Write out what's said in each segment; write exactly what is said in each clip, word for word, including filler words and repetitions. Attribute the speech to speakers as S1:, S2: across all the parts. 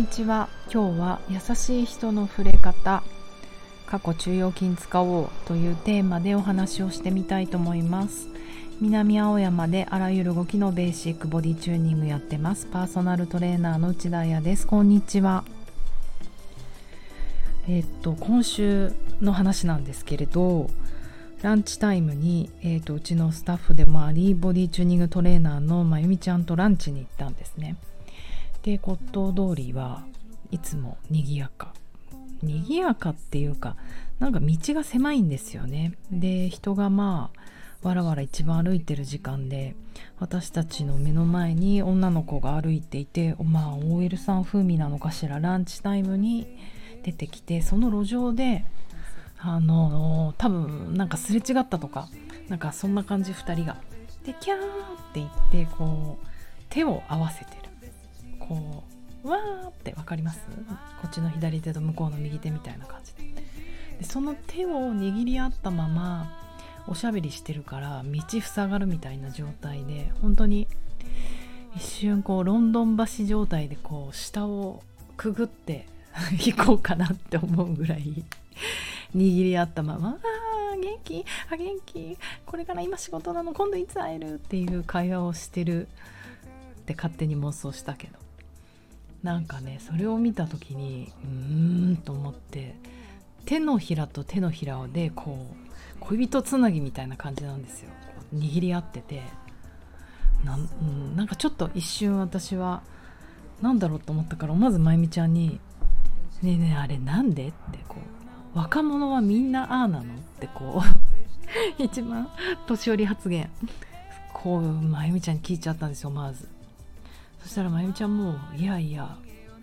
S1: ちは。今日は優しい人の触れ方、過去中腰筋使おうというテーマでお話をしてみたいと思います。南青山であらゆる動きのベーシックボディチューニングやってます。パーソナルトレーナーの内田彩です。こんにちは。えっと今週の話なんですけれど、ランチタイムに、えー、とうちのスタッフでもありボディチューニングトレーナーのまゆみちゃんとランチに行ったんですね。で、骨董通りはいつも賑やか賑やかっていうか、なんか道が狭いんですよね。で、人がまあわらわら一番歩いてる時間で、私たちの目の前に女の子が歩いていて、まあ オーエル さん風味なのかしら、ランチタイムに出てきて、その路上であの多分なんかすれ違ったとか、なんかそんな感じ。ふたりがでキャーって言ってこう手を合わせてる、こうわーってわかります？こっちの左手と向こうの右手みたいな感じ で, でその手を握り合ったままおしゃべりしてるから道塞がるみたいな状態で、本当に一瞬こうロンドン橋状態でこう下をくぐって行こうかなって思うぐらい握り合ったまま、あー元気あ元気これから今仕事なの、今度いつ会えるっていう会話をしてるって勝手に妄想したけど、なんかね、それを見た時にうーんと思って、手のひらと手のひらでこう恋人つなぎみたいな感じなんですよ。こう握り合ってて、なん、うん、なんかちょっと一瞬私はなんだろうと思ったから、まずまゆみちゃんにねえねえあれなんでってこう、若者はみんなああなのってこう一番年寄り発言こうまゆみちゃんに聞いちゃったんですよ。まずそしたらまゆみちゃんもいやいや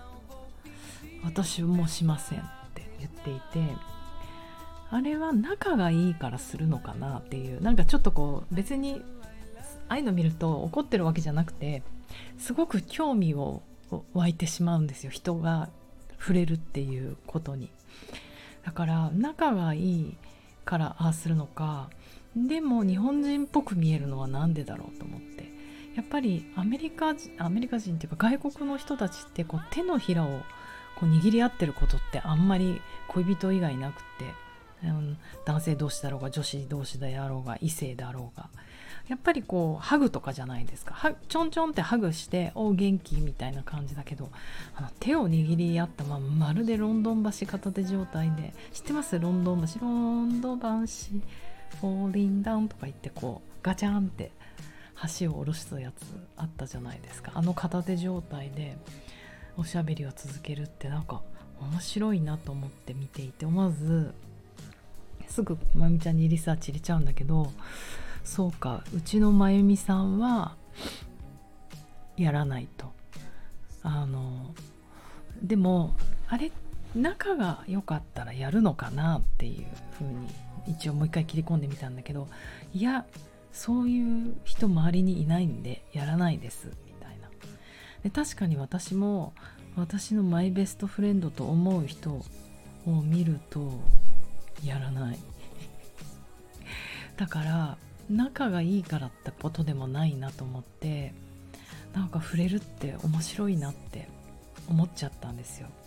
S1: 私もしませんって言っていて、あれは仲がいいからするのかなっていう、なんかちょっとこう別にああいうの見ると怒ってるわけじゃなくて、すごく興味を湧いてしまうんですよ、人が触れるっていうことに。だから仲がいいからああするのか、でも日本人っぽく見えるのはなんでだろうと思って、やっぱりアメリカ人アメリカ人っていうか外国の人たちってこう手のひらをこう握り合ってることってあんまり恋人以外なくて、うん、男性同士だろうが女子同士であろうが異性だろうが、やっぱりこうハグとかじゃないですか。はちょんちょんってハグしてお元気みたいな感じだけど、あの手を握り合ったまま、まるでロンドン橋片手状態で、知ってます？ロンドン橋ロンドン橋フォーリンダウンとか言ってこうガチャンって橋を下ろしたやつあったじゃないですか。あの片手状態でおしゃべりを続けるって、なんか面白いなと思って見ていて、思わずすぐまゆみちゃんにリサーチ入れちゃうんだけど、そうか、うちのまゆみさんはやらないと。あのでもあれ仲が良かったらやるのかなっていう風に一応もう一回切り込んでみたんだけど、いやそういう人周りにいないんでやらないですみたいな。で、確かに私も私のマイベストフレンドと思う人を見るとやらないだから仲がいいからってことでもないなと思って、なんか触れるって面白いなって思っちゃったんですよ。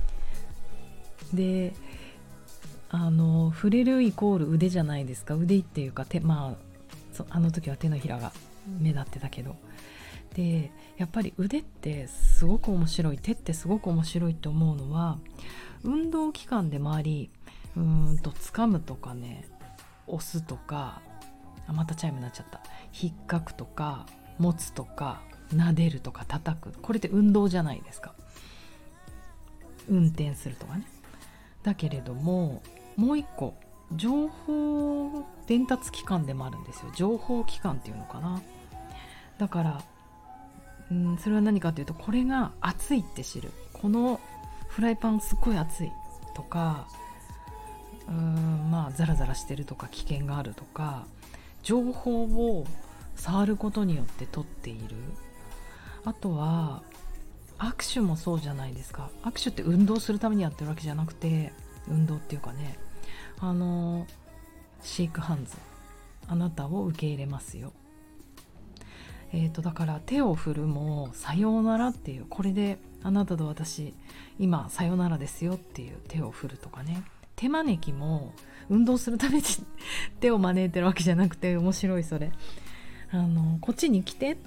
S1: で、あの触れるイコール腕じゃないですか。腕っていうか手、まああの時は手のひらが目立ってたけど、でやっぱり腕ってすごく面白い、手ってすごく面白いと思うのは、運動器官でもあり、うーんと掴むとかね、押すとか、あまたチャイムになっちゃった、引っかくとか持つとか撫でるとか叩く、これって運動じゃないですか。運転するとかね。だけれどももう一個情報伝達機関でもあるんですよ。情報機関っていうのかな。だからうんそれは何かというと、これが熱いって知る、このフライパンすっごい熱いとか、うーんまあザラザラしてるとか危険があるとか、情報を触ることによって取っている。あとは握手もそうじゃないですか。握手って運動するためにやってるわけじゃなくて、運動っていうかね、あのシェイクハンズ、あなたを受け入れますよ。 えーとだから手を振るもさようならっていう、これであなたと私今さようならですよっていう手を振るとかね。手招きも運動するために手を招いてるわけじゃなくて、面白いそれ。あのこっちに来てって。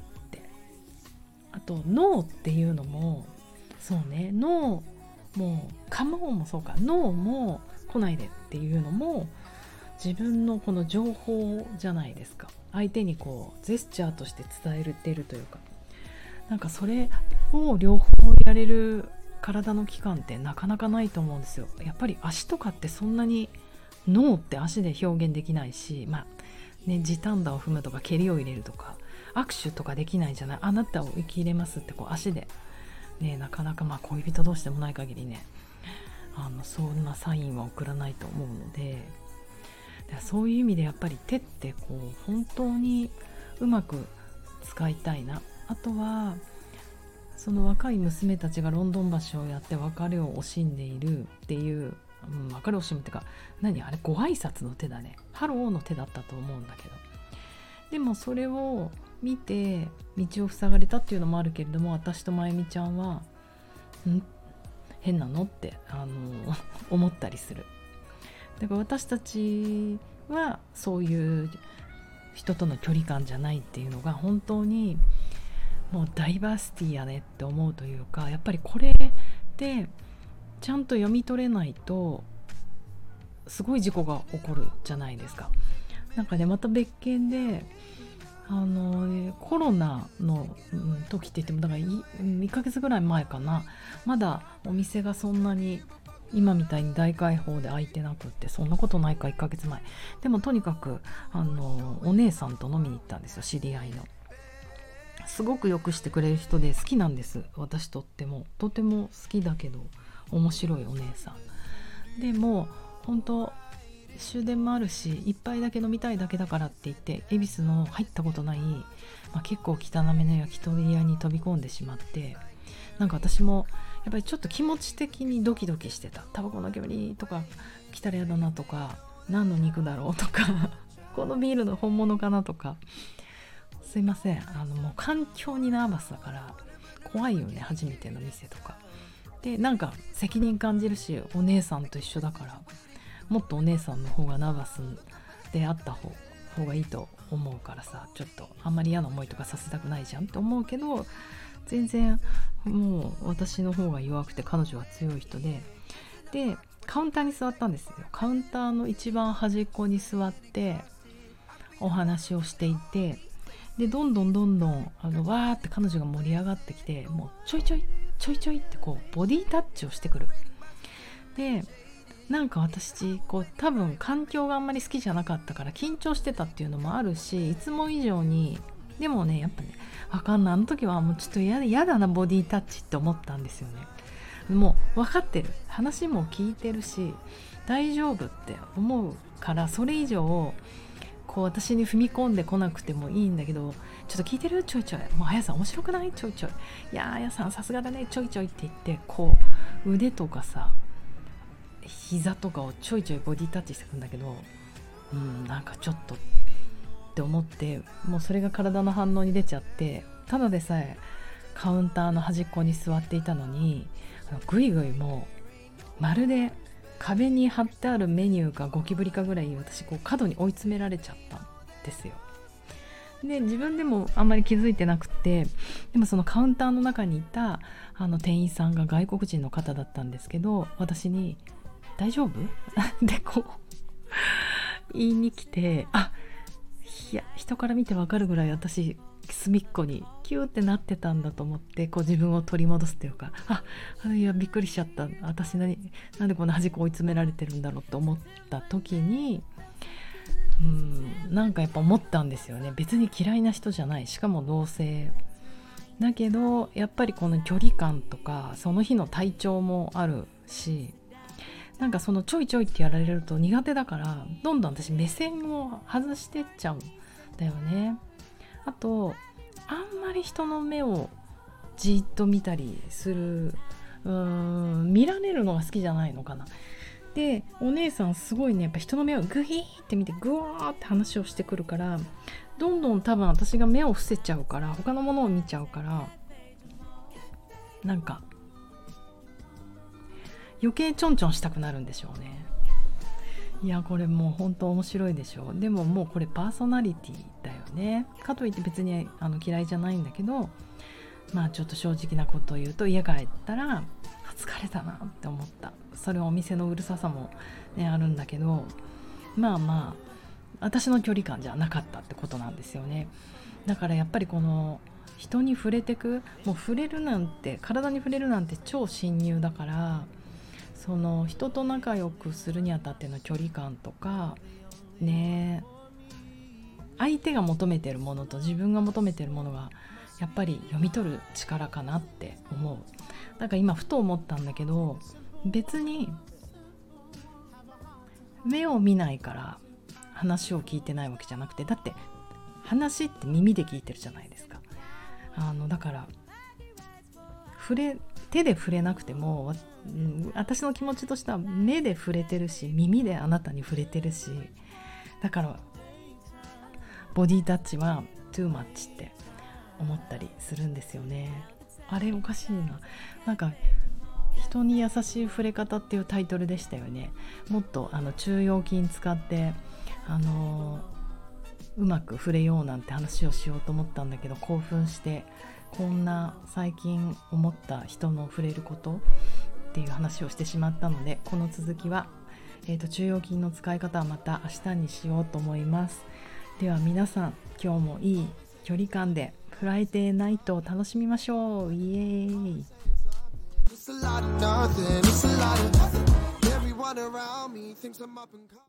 S1: あとノーっていうのもそうね、ノーもカモンもそうか、ノーも来ないでっていうのも自分のこの情報じゃないですか。相手にこうジェスチャーとして伝えてるというか、なんかそれを両方やれる体の器官ってなかなかないと思うんですよ。やっぱり足とかってそんなにノーって足で表現できないし、まあね、地短打を踏むとか蹴りを入れるとか握手とかできないじゃない。あなたを息入れますってこう足でね、なかなかまあ恋人同士でもない限りね、あのそんなサインは送らないと思うので、そういう意味でやっぱり手ってこう本当にうまく使いたいな。あとはその若い娘たちがロンドン橋をやって別れを惜しんでいるっていう、うん、別れを惜しむっていうか、何あれご挨拶の手だね、ハローの手だったと思うんだけど、でもそれを見て道を塞がれたっていうのもあるけれども、私とまゆみちゃんはん変なのってあの思ったりする。だから私たちはそういう人との距離感じゃないっていうのが本当にもうダイバーシティやねって思うというか、やっぱりこれでちゃんと読み取れないとすごい事故が起こるじゃないですか。なんかね、また別件であのコロナの、うん、時って言ってもだからいいっかげつぐらい前かな、まだお店がそんなに今みたいに大開放で開いてなくって、そんなことないかいっかげつまえでもとにかくあのお姉さんと飲みに行ったんですよ、知り合いの。すごくよくしてくれる人で好きなんです、私とってもとても好きだけど面白いお姉さんで、も本当終電もあるし一杯だけ飲みたいだけだからって言って恵比寿の入ったことない、まあ、結構汚めの焼き鳥屋に飛び込んでしまって、なんか私もやっぱりちょっと気持ち的にドキドキしてた。タバコの煙とか来たらやだなとか、何の肉だろうとかこのビールの本物かなとか、すいません、あのもう環境にナーバスだから怖いよね、初めての店とかで。なんか責任感じるし、お姉さんと一緒だからもっとお姉さんの方がナーバスであった方方がいいと思うからさ、ちょっとあんまり嫌な思いとかさせたくないじゃんって思うけど、全然もう私の方が弱くて彼女は強い人で、でカウンターに座ったんですよ。カウンターの一番端っこに座ってお話をしていて、でどんどんどんどんあのわーって彼女が盛り上がってきて、もうちょいちょいちょいちょいってこうボディタッチをしてくる。でなんか私こう多分環境があんまり好きじゃなかったから緊張してたっていうのもあるし、いつも以上にでもねやっぱねわかんない、あの時はもうちょっとやだやだなボディタッチって思ったんですよね。もう分かってる、話も聞いてるし大丈夫って思うから、それ以上こう私に踏み込んでこなくてもいいんだけど、ちょっと聞いてるちょいちょい、もうあやさん面白くないちょいちょい、いやあやさんさすがだねちょいちょいって言って、こう腕とかさ膝とかをちょいちょいボディタッチしてくんだけど、うんなんかちょっとって思って、もうそれが体の反応に出ちゃって、ただでさえカウンターの端っこに座っていたのに、あのぐいぐいもうまるで壁に貼ってあるメニューかゴキブリかぐらい私こう角に追い詰められちゃったんですよ。で自分でもあんまり気づいてなくて、でもそのカウンターの中にいたあの店員さんが外国人の方だったんですけど、私に大丈夫でこう言いに来て、あいや人から見てわかるぐらい私隅っこにキューってなってたんだと思って、こう自分を取り戻すというか、あいやびっくりしちゃった、私何なんでこんな端っこ追い詰められてるんだろうと思った時に、うんなんかやっぱ思ったんですよね。別に嫌いな人じゃない、しかも同性だけどやっぱりこの距離感とかその日の体調もあるし、なんかそのちょいちょいってやられると苦手だから、どんどん私目線を外してっちゃうんだよね。あとあんまり人の目をじっと見たりする、うーん見られるのが好きじゃないのかなっでお姉さんすごいね、やっぱ人の目をグイーって見てグワーって話をしてくるから、どんどん多分私が目を伏せちゃうから、他のものを見ちゃうから、なんか余計ちょんちょんしたくなるんでしょうね。いやこれもう本当面白いでしょ。でももうこれパーソナリティだよね。かといって別にあの嫌いじゃないんだけど、まあちょっと正直なことを言うと、家帰ったら疲れたなって思った。それはお店のうるささも、ね、あるんだけど、まあまあ私の距離感じゃなかったってことなんですよね。だからやっぱりこの人に触れてく、もう触れるなんて、体に触れるなんて超親友だから、その人と仲良くするにあたっての距離感とかね、相手が求めてるものと自分が求めてるものがやっぱり読み取る力かなって思う。だから今ふと思ったんだけど、別に目を見ないから話を聞いてないわけじゃなくて、だって話って耳で聞いてるじゃないですか。あのだから触れ手で触れなくても、うん、私の気持ちとしては目で触れてるし、耳であなたに触れてるし、だからボディタッチはトゥーマッチって思ったりするんですよね。あれおかしいな。なんか人に優しい触れ方っていうタイトルでしたよね。もっとあの中腰筋使ってあのうまく触れようなんて話をしようと思ったんだけど、興奮してこんな最近思った人の触れることっていう話をしてしまったので、この続きは、えーと、中腰筋の使い方はまた明日にしようと思います。では皆さん、今日もいい距離感でフライデーナイトを楽しみましょう。イエーイ。It's a lot of nothing, it's a lot of nothing. Everyone around me thinks I'm up and coming.